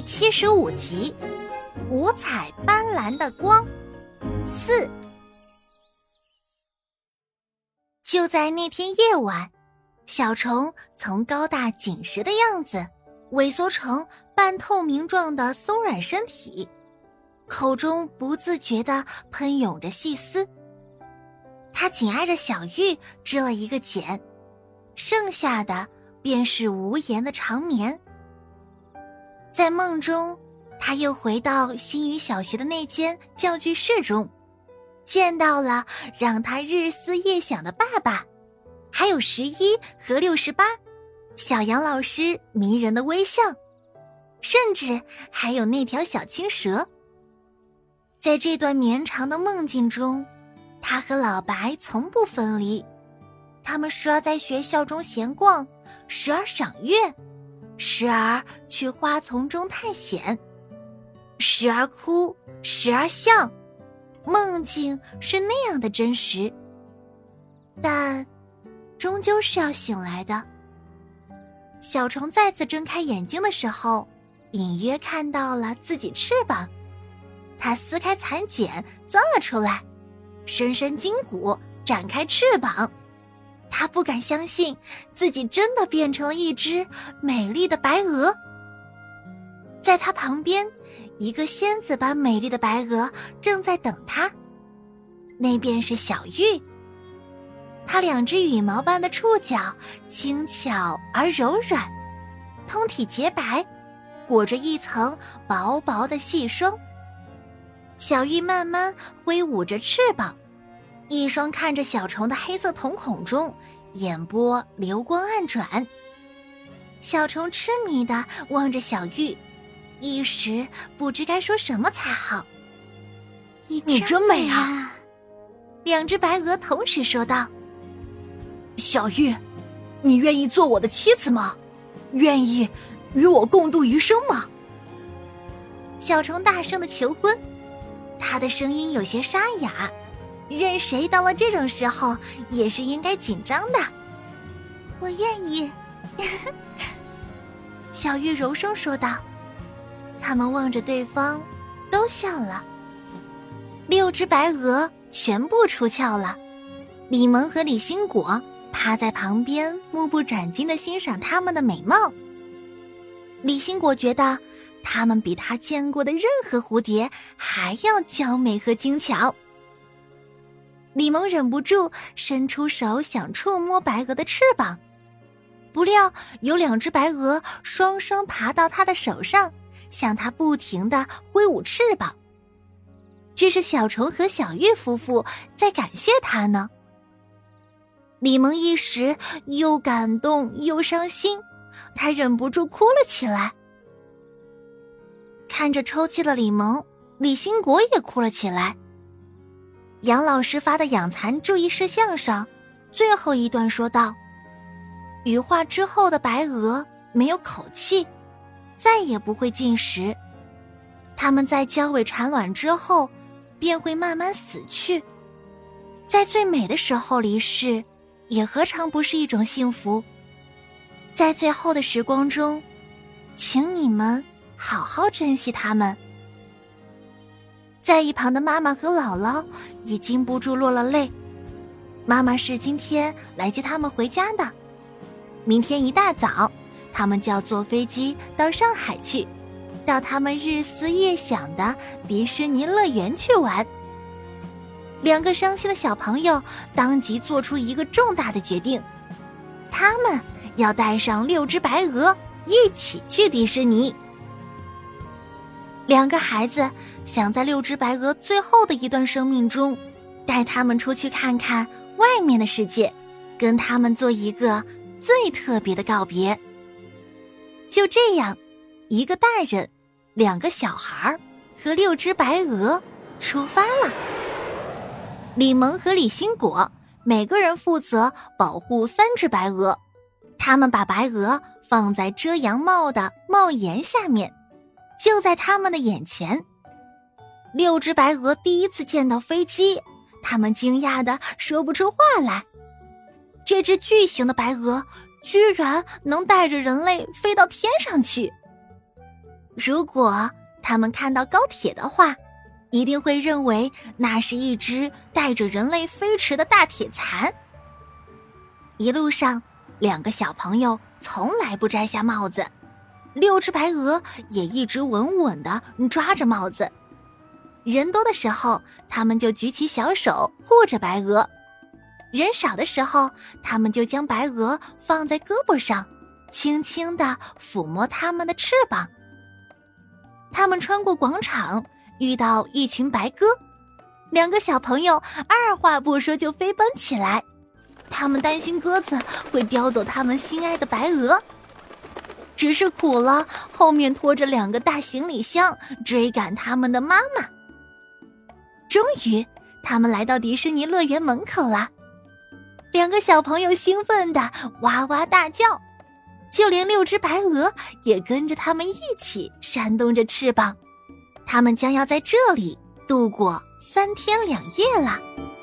75集，五彩斑斓的光4。就在那天夜晚，小虫从高大紧实的样子萎缩成半透明状的松软身体，口中不自觉地喷涌着细丝。它紧挨着小玉织了一个茧，剩下的便是无言的长眠。在梦中，他又回到新余小学的那间教具室中，见到了让他日思夜想的爸爸，还有11和68，小杨老师迷人的微笑，甚至还有那条小青蛇。在这段绵长的梦境中，他和老白从不分离，他们时而在学校中闲逛，时而赏月，时而去花丛中探险，时而哭，时而笑，梦境是那样的真实，但终究是要醒来的。小虫再次睁开眼睛的时候，隐约看到了自己翅膀，它撕开蚕茧钻了出来，伸伸筋骨，展开翅膀。他不敢相信自己真的变成了一只美丽的白鹅。在他旁边，一个仙子般美丽的白鹅正在等他，那便是小玉。它2只羽毛般的触角轻巧而柔软，通体洁白，裹着一层薄薄的细霜。小玉慢慢挥舞着翅膀，一双看着小虫的黑色瞳孔中，眼波流光暗转。小虫痴迷地望着小玉，一时不知该说什么才好。 你真美啊 ！2只白鹅同时说道。 小玉，你愿意做我的妻子吗？愿意与我共度余生吗？ 小虫大声地求婚，他的声音有些沙哑，任谁到了这种时候也是应该紧张的。 我愿意。 小玉柔声说道。他们望着对方都笑了。6只白鹅全部出窍了，李萌和李新果趴在旁边目不转睛地欣赏他们的美貌。李新果觉得他们比他见过的任何蝴蝶还要娇美和精巧。李萌忍不住伸出手想触摸白鹅的翅膀，不料有2只白鹅双双爬到他的手上，向他不停地挥舞翅膀。这是小虫和小玉夫妇在感谢他呢。李萌一时又感动又伤心，他忍不住哭了起来。看着抽泣的李萌，李新国也哭了起来。杨老师发的养蚕注意事项上，最后一段说道：羽化之后的白鹅没有口气，再也不会进食，它们在交尾产卵之后便会慢慢死去。在最美的时候离世，也何尝不是一种幸福。在最后的时光中，请你们好好珍惜它们。在一旁的妈妈和姥姥也禁不住落了泪。妈妈是今天来接他们回家的，明天一大早他们就要坐飞机到上海去，到他们日思夜想的迪士尼乐园去玩。2个伤心的小朋友当即做出一个重大的决定，他们要带上6只白鹅一起去迪士尼。2个孩子想在6只白鹅最后的一段生命中，带他们出去看看外面的世界，跟他们做一个最特别的告别。就这样，一个大人，2个小孩和6只白鹅出发了。李萌和李新果每个人负责保护3只白鹅，他们把白鹅放在遮阳帽的帽檐下面，就在他们的眼前。6只白鹅第一次见到飞机，他们惊讶地说不出话来。这只巨型的白鹅居然能带着人类飞到天上去。 如果他们看到高铁的话，一定会认为那是一只带着人类飞驰的大铁蚕。一路上，2个小朋友从来不摘下帽子，6只白鹅也一直稳稳地抓着帽子。人多的时候，他们就举起小手护着白鹅；人少的时候，他们就将白鹅放在胳膊上，轻轻地抚摸它们的翅膀。他们穿过广场，遇到一群白鸽，2个小朋友二话不说就飞奔起来。他们担心鸽子会叼走他们心爱的白鹅，只是苦了后面拖着2个大行李箱追赶他们的妈妈。终于，他们来到迪士尼乐园门口了。2个小朋友兴奋地哇哇大叫，就连6只白鹅也跟着他们一起扇动着翅膀。他们将要在这里度过3天2夜了。